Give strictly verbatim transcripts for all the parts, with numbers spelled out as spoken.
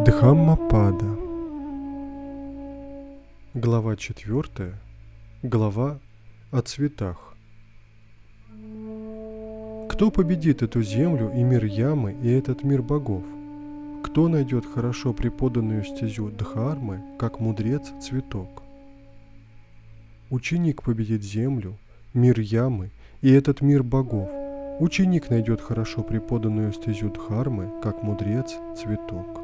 Дхаммапада. Глава четвертая. Глава о цветах. Кто победит эту землю и мир Ямы, и этот мир богов? Кто найдет хорошо преподанную стезю Дхармы, как мудрец цветок? Ученик победит землю, мир Ямы и этот мир богов. Ученик найдет хорошо преподанную стезю Дхармы, как мудрец цветок.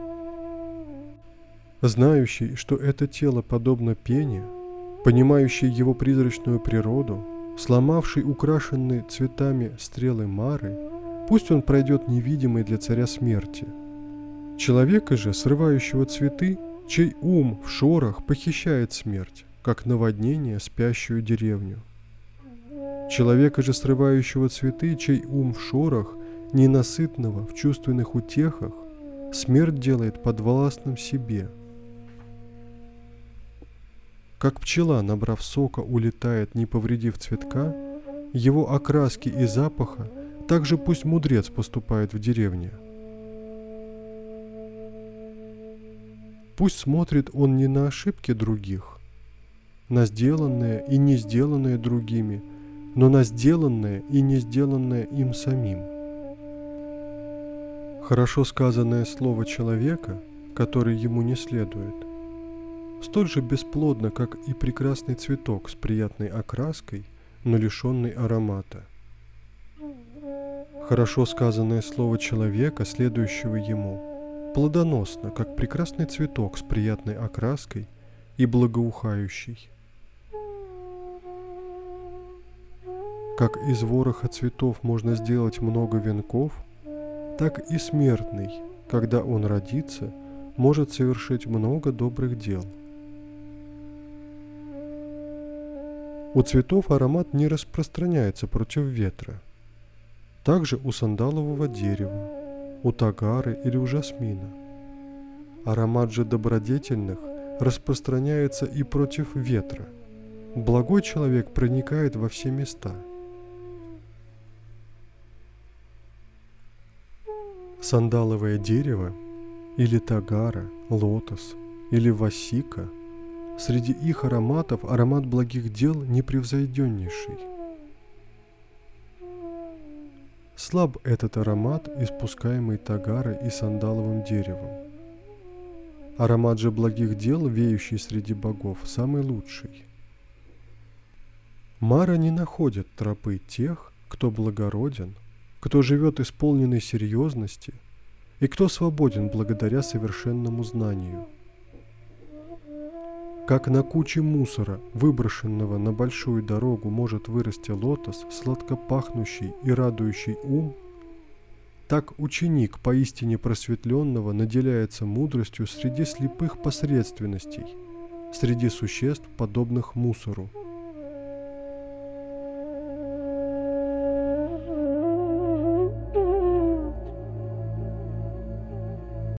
Знающий, что это тело подобно пене, понимающий его призрачную природу, сломавший украшенные цветами стрелы Мары, пусть он пройдет невидимый для царя смерти. Человека же, срывающего цветы, чей ум в шорах похищает смерть, как наводнение спящую деревню. Человека же, срывающего цветы, чей ум в шорах, ненасытного в чувственных утехах, смерть делает подвластным себе. Как пчела, набрав сока, улетает, не повредив цветка, его окраски и запаха, так же пусть мудрец поступает в деревне. Пусть смотрит он не на ошибки других, на сделанное и не сделанное другими, но на сделанное и не сделанное им самим. Хорошо сказанное слово человека, который ему не следует, столь же бесплодно, как и прекрасный цветок с приятной окраской, но лишенный аромата. Хорошо сказанное слово человека, следующего ему, плодоносно, как прекрасный цветок с приятной окраской и благоухающий. Как из вороха цветов можно сделать много венков, так и смертный, когда он родится, может совершить много добрых дел. У цветов аромат не распространяется против ветра. Также у сандалового дерева, у тагары или у жасмина. Аромат же добродетельных распространяется и против ветра. Благой человек проникает во все места. Сандаловое дерево или тагара, лотос или васика – среди их ароматов аромат благих дел непревзойденнейший. Слаб этот аромат, испускаемый тагарой и сандаловым деревом. Аромат же благих дел, веющий среди богов, самый лучший. Мара не находит тропы тех, кто благороден, кто живет исполненной серьезности и кто свободен благодаря совершенному знанию. Как на куче мусора, выброшенного на большую дорогу, может вырасти лотос, сладко пахнущий и радующий ум, так ученик поистине просветленного наделяется мудростью среди слепых посредственностей, среди существ, подобных мусору.